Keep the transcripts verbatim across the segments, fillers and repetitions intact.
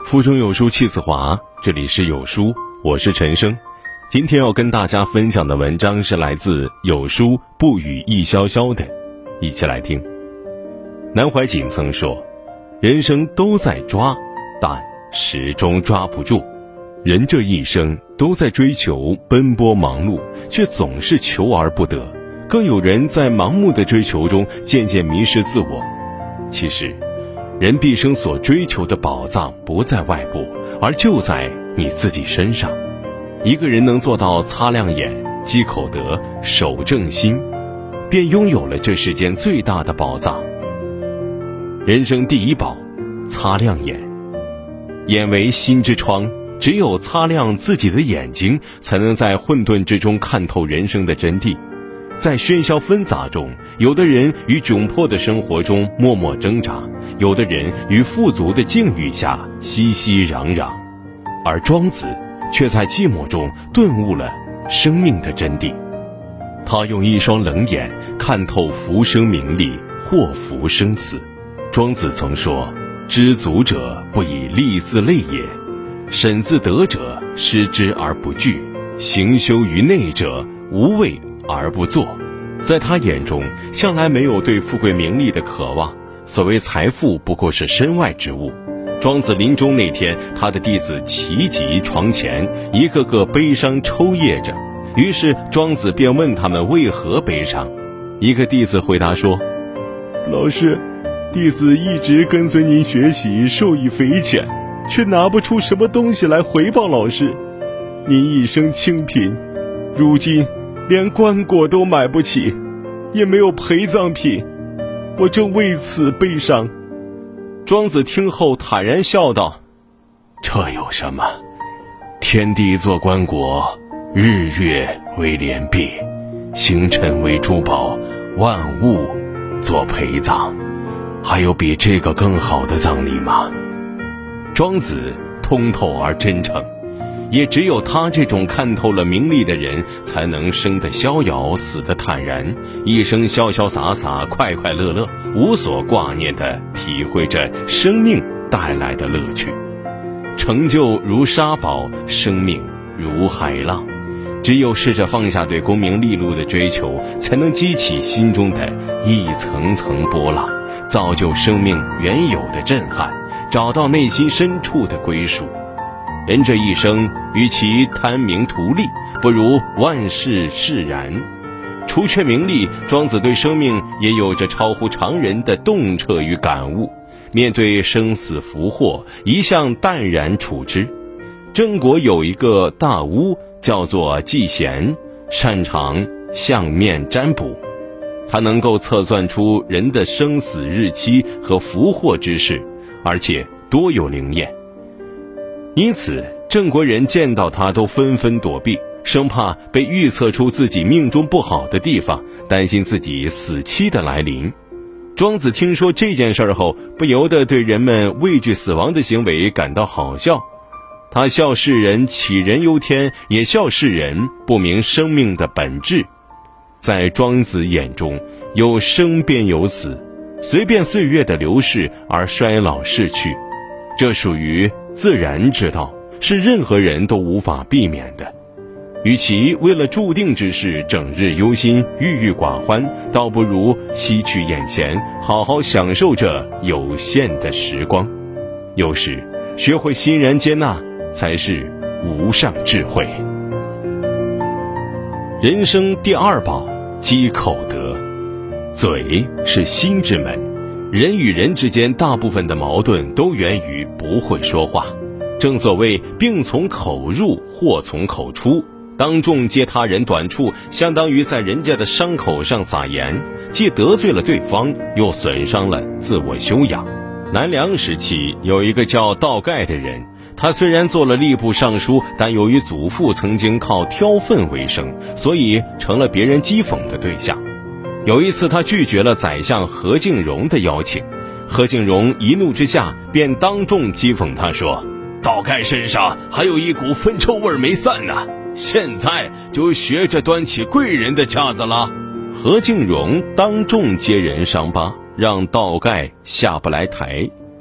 腹中有书气自华，这里是有书，我是陈生。今天要跟大家分享的文章是来自有书不语亦潇潇的，一起来听。南怀瑾曾说，人生都在抓，但始终抓不住。人这一生都在追求奔波忙碌，却总是求而不得，更有人在盲目的追求中渐渐迷失自我。其实人毕生所追求的宝藏不在外部，而就在你自己身上。一个人能做到擦亮眼、积口德、守正心，便拥有了这世间最大的宝藏。人生第一宝，擦亮眼。眼为心之窗，只有擦亮自己的眼睛，才能在混沌之中看透人生的真谛。在喧嚣纷杂中，有的人于窘迫的生活中默默挣扎，有的人于富足的境遇下熙熙攘攘，而庄子却在寂寞中顿悟了生命的真谛。他用一双冷眼看透浮生名利，祸福生死。庄子曾说，知足者不以利自累也，审自得者失之而不惧，行修于内者无畏而不作。在他眼中，向来没有对富贵名利的渴望，所谓财富不过是身外之物。庄子临终那天，他的弟子齐集床前，一个个悲伤抽噎着。于是庄子便问他们为何悲伤。一个弟子回答说，老师，弟子一直跟随您学习，受益匪浅，却拿不出什么东西来回报老师。您一生清贫，如今连棺椁都买不起，也没有陪葬品，我正为此悲伤。庄子听后坦然笑道，这有什么？天地作棺椁，日月为连璧，星辰为珠宝，万物作陪葬，还有比这个更好的葬礼吗？庄子通透而真诚，也只有他这种看透了名利的人，才能生得逍遥，死得坦然，一生潇潇洒洒，快快乐乐，无所挂念地体会着生命带来的乐趣。成就如沙堡，生命如海浪。只有试着放下对功名利禄的追求，才能激起心中的一层层波浪，造就生命原有的震撼，找到内心深处的归属。人这一生，与其贪名图利，不如万事释然。除却名利，庄子对生命也有着超乎常人的洞彻与感悟。面对生死福祸，一向淡然处之。郑国有一个大巫，叫做季贤，擅长相面占卜。他能够测算出人的生死日期和福祸之事，而且多有灵验。因此郑国人见到他都纷纷躲避，生怕被预测出自己命中不好的地方，担心自己死期的来临。庄子听说这件事后，不由得对人们畏惧死亡的行为感到好笑。他笑世人杞人忧天，也笑世人不明生命的本质。在庄子眼中，有生便有死，随便岁月的流逝而衰老逝去，这属于自然之道，是任何人都无法避免的。与其为了注定之事整日忧心，郁郁寡欢，倒不如吸取眼前，好好享受这有限的时光。有时学会欣然接纳，才是无上智慧。人生第二宝，积口德。嘴是心之门，人与人之间大部分的矛盾都源于不会说话。正所谓病从口入，祸从口出。当众揭他人短处，相当于在人家的伤口上撒盐，既得罪了对方，又损伤了自我修养。南梁时期有一个叫道盖的人，他虽然做了吏部尚书，但由于祖父曾经靠挑粪为生，所以成了别人讥讽的对象。有一次他拒绝了宰相何敬荣的邀请，何敬荣一怒之下便当众讥讽他说，道盖身上还有一股粪臭味没散呢，现在就学着端起贵人的架子了。何敬荣当众揭人伤疤，让道盖下不来台，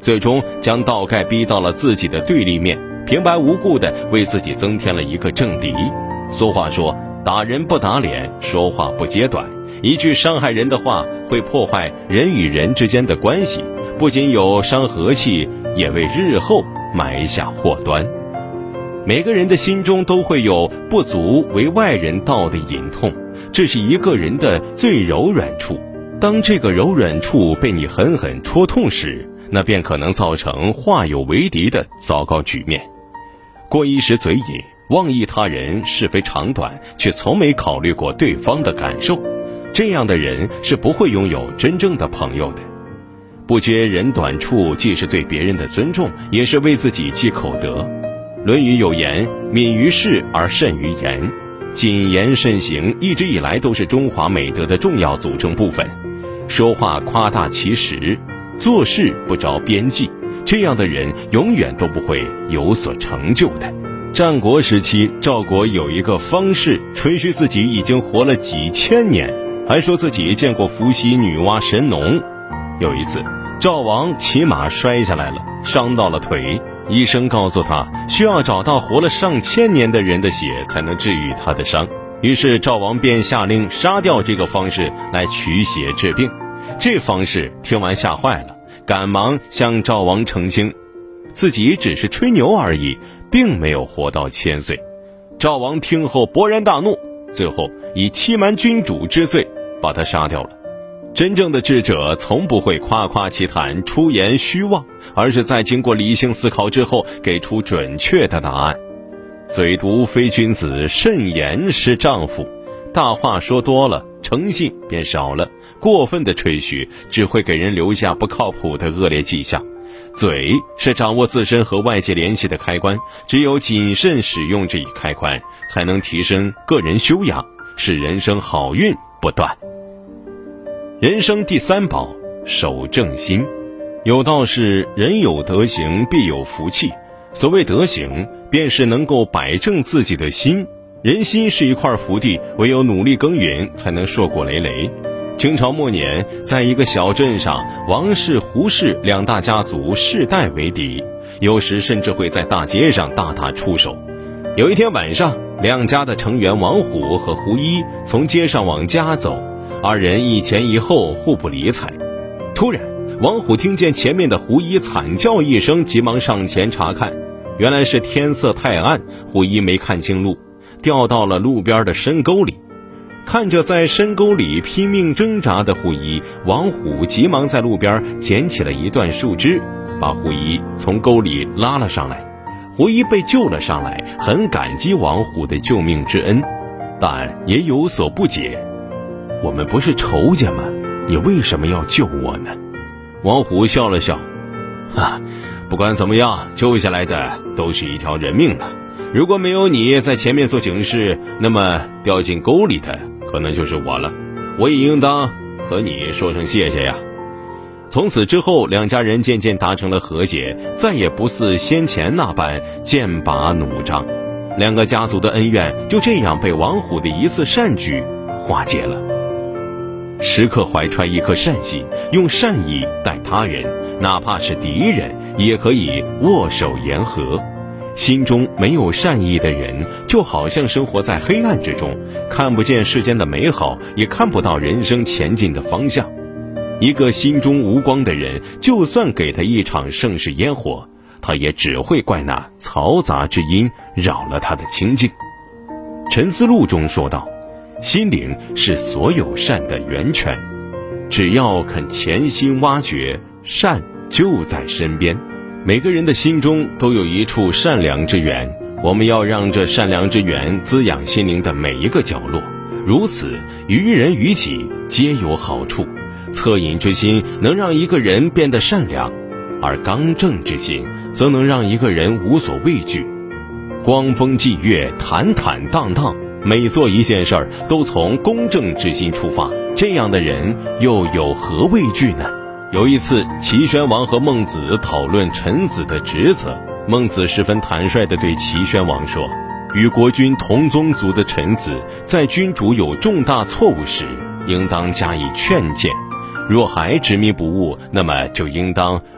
最终将道盖逼到了自己的对立面，平白无故地为自己增添了一个政敌。俗话说，打人不打脸，说话不揭短。一句伤害人的话会破坏人与人之间的关系，不仅有伤和气，也为日后埋下祸端。每个人的心中都会有不足为外人道的隐痛，这是一个人的最柔软处。当这个柔软处被你狠狠戳痛时，那便可能造成化友为敌的糟糕局面。过一时嘴瘾，妄议他人是非长短，却从没考虑过对方的感受，这样的人是不会拥有真正的朋友的。不揭人短处，既是对别人的尊重，也是为自己积口德。论语有言，敏于事而慎于言，谨言慎行一直以来都是中华美德的重要组成部分。说话夸大其实，做事不着边际，这样的人永远都不会有所成就的。战国时期，赵国有一个方士吹嘘自己已经活了几千年，还说自己见过伏羲女娲神农。有一次，赵王骑马摔下来了，伤到了腿，医生告诉他，需要找到活了上千年的人的血才能治愈他的伤。于是赵王便下令杀掉这个方士来取血治病。这方士听完吓坏了，赶忙向赵王澄清，自己只是吹牛而已，并没有活到千岁。赵王听后勃然大怒，最后以欺瞒君主之罪把他杀掉了。真正的智者从不会夸夸其谈，出言虚妄，而是在经过理性思考之后给出准确的答案。嘴毒非君子，慎言是丈夫。大话说多了，诚信便少了，过分的吹嘘只会给人留下不靠谱的恶劣迹象。嘴是掌握自身和外界联系的开关，只有谨慎使用这一开关，才能提升个人修养，使人生好运不断。人生第三宝，守正心。有道是，人有德行必有福气。所谓德行，便是能够摆正自己的心。人心是一块福地，唯有努力耕耘，才能硕果累累。清朝末年，在一个小镇上，王氏、胡氏两大家族世代为敌，有时甚至会在大街上大打出手。有一天晚上，两家的成员王虎和胡一从街上往家走，二人一前一后，互不理睬。突然，王虎听见前面的胡一惨叫一声，急忙上前查看，原来是天色太暗，胡一没看清路，掉到了路边的深沟里。看着在深沟里拼命挣扎的胡一，王虎急忙在路边捡起了一段树枝，把胡一从沟里拉了上来。胡一被救了上来，很感激王虎的救命之恩，但也有所不解，我们不是仇家吗？你为什么要救我呢？王虎笑了笑，哈，不管怎么样，救下来的都是一条人命了。如果没有你在前面做警示，那么掉进沟里的可能就是我了，我也应当和你说声谢谢呀。从此之后，两家人渐渐达成了和解，再也不似先前那般剑拔弩张。两个家族的恩怨就这样被王虎的一次善举化解了。时刻怀揣一颗善心，用善意待他人，哪怕是敌人，也可以握手言和。心中没有善意的人，就好像生活在黑暗之中，看不见世间的美好，也看不到人生前进的方向。一个心中无光的人，就算给他一场盛世烟火，他也只会怪那嘈杂之音扰了他的清静。沉思录中说道，心灵是所有善的源泉，只要肯潜心挖掘，善就在身边。每个人的心中都有一处善良之源，我们要让这善良之源滋养心灵的每一个角落，如此于人于己皆有好处。恻隐之心能让一个人变得善良，而刚正之心则能让一个人无所畏惧。光风霁月，坦坦荡荡，每做一件事儿都从公正之心出发，这样的人又有何畏惧呢？有一次，齐宣王和孟子讨论臣子的职责，孟子十分坦率地对齐宣王说，与国君同宗族的臣子，在君主有重大错误时，应当加以劝谏，若还执迷不悟，那么就应当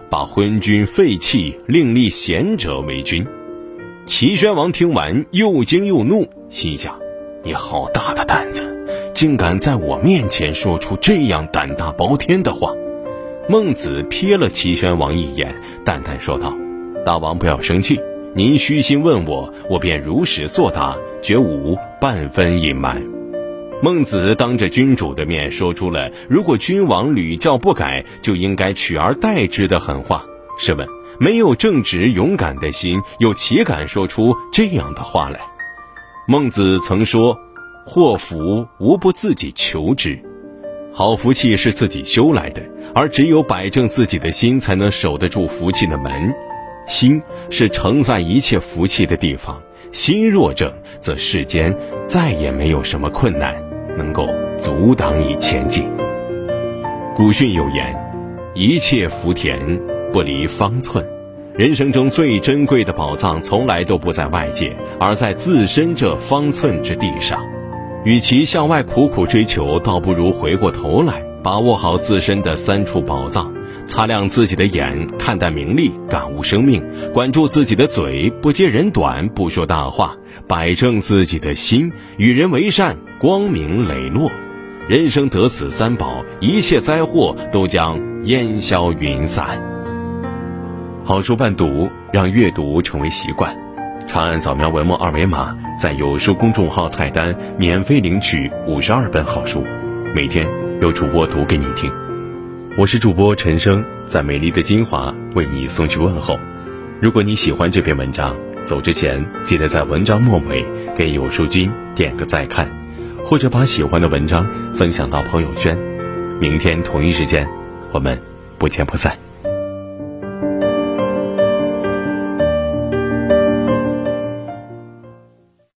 把昏君废弃，另立贤者为君。齐宣王听完又惊又怒，心想：你好大的胆子，竟敢在我面前说出这样胆大包天的话。孟子瞥了齐宣王一眼，淡淡说道：大王不要生气，您虚心问我，我便如实作答，绝无半分隐瞒。孟子当着君主的面说出了如果君王屡教不改，就应该取而代之的狠话。试问，没有正直勇敢的心，又岂敢说出这样的话来？孟子曾说：祸福无不自己求之。好福气是自己修来的，而只有摆正自己的心，才能守得住福气的门。心是承载一切福气的地方，心若正，则世间再也没有什么困难能够阻挡你前进。古训有言：一切福田不离方寸。人生中最珍贵的宝藏从来都不在外界，而在自身这方寸之地上。与其向外苦苦追求，倒不如回过头来把握好自身的三处宝藏，擦亮自己的眼，看淡名利，感悟生命，管住自己的嘴，不揭人短，不说大话，摆正自己的心，与人为善，光明磊落。人生得此三宝，一切灾祸都将烟消云散。好书伴读，让阅读成为习惯。长按扫描文末二维码，在有书公众号菜单免费领取五十二本好书，每天有主播读给你听。我是主播陈生，在美丽的金华为你送去问候。如果你喜欢这篇文章，走之前记得在文章末尾给有书君点个再看，或者把喜欢的文章分享到朋友圈。明天同一时间，我们不见不散。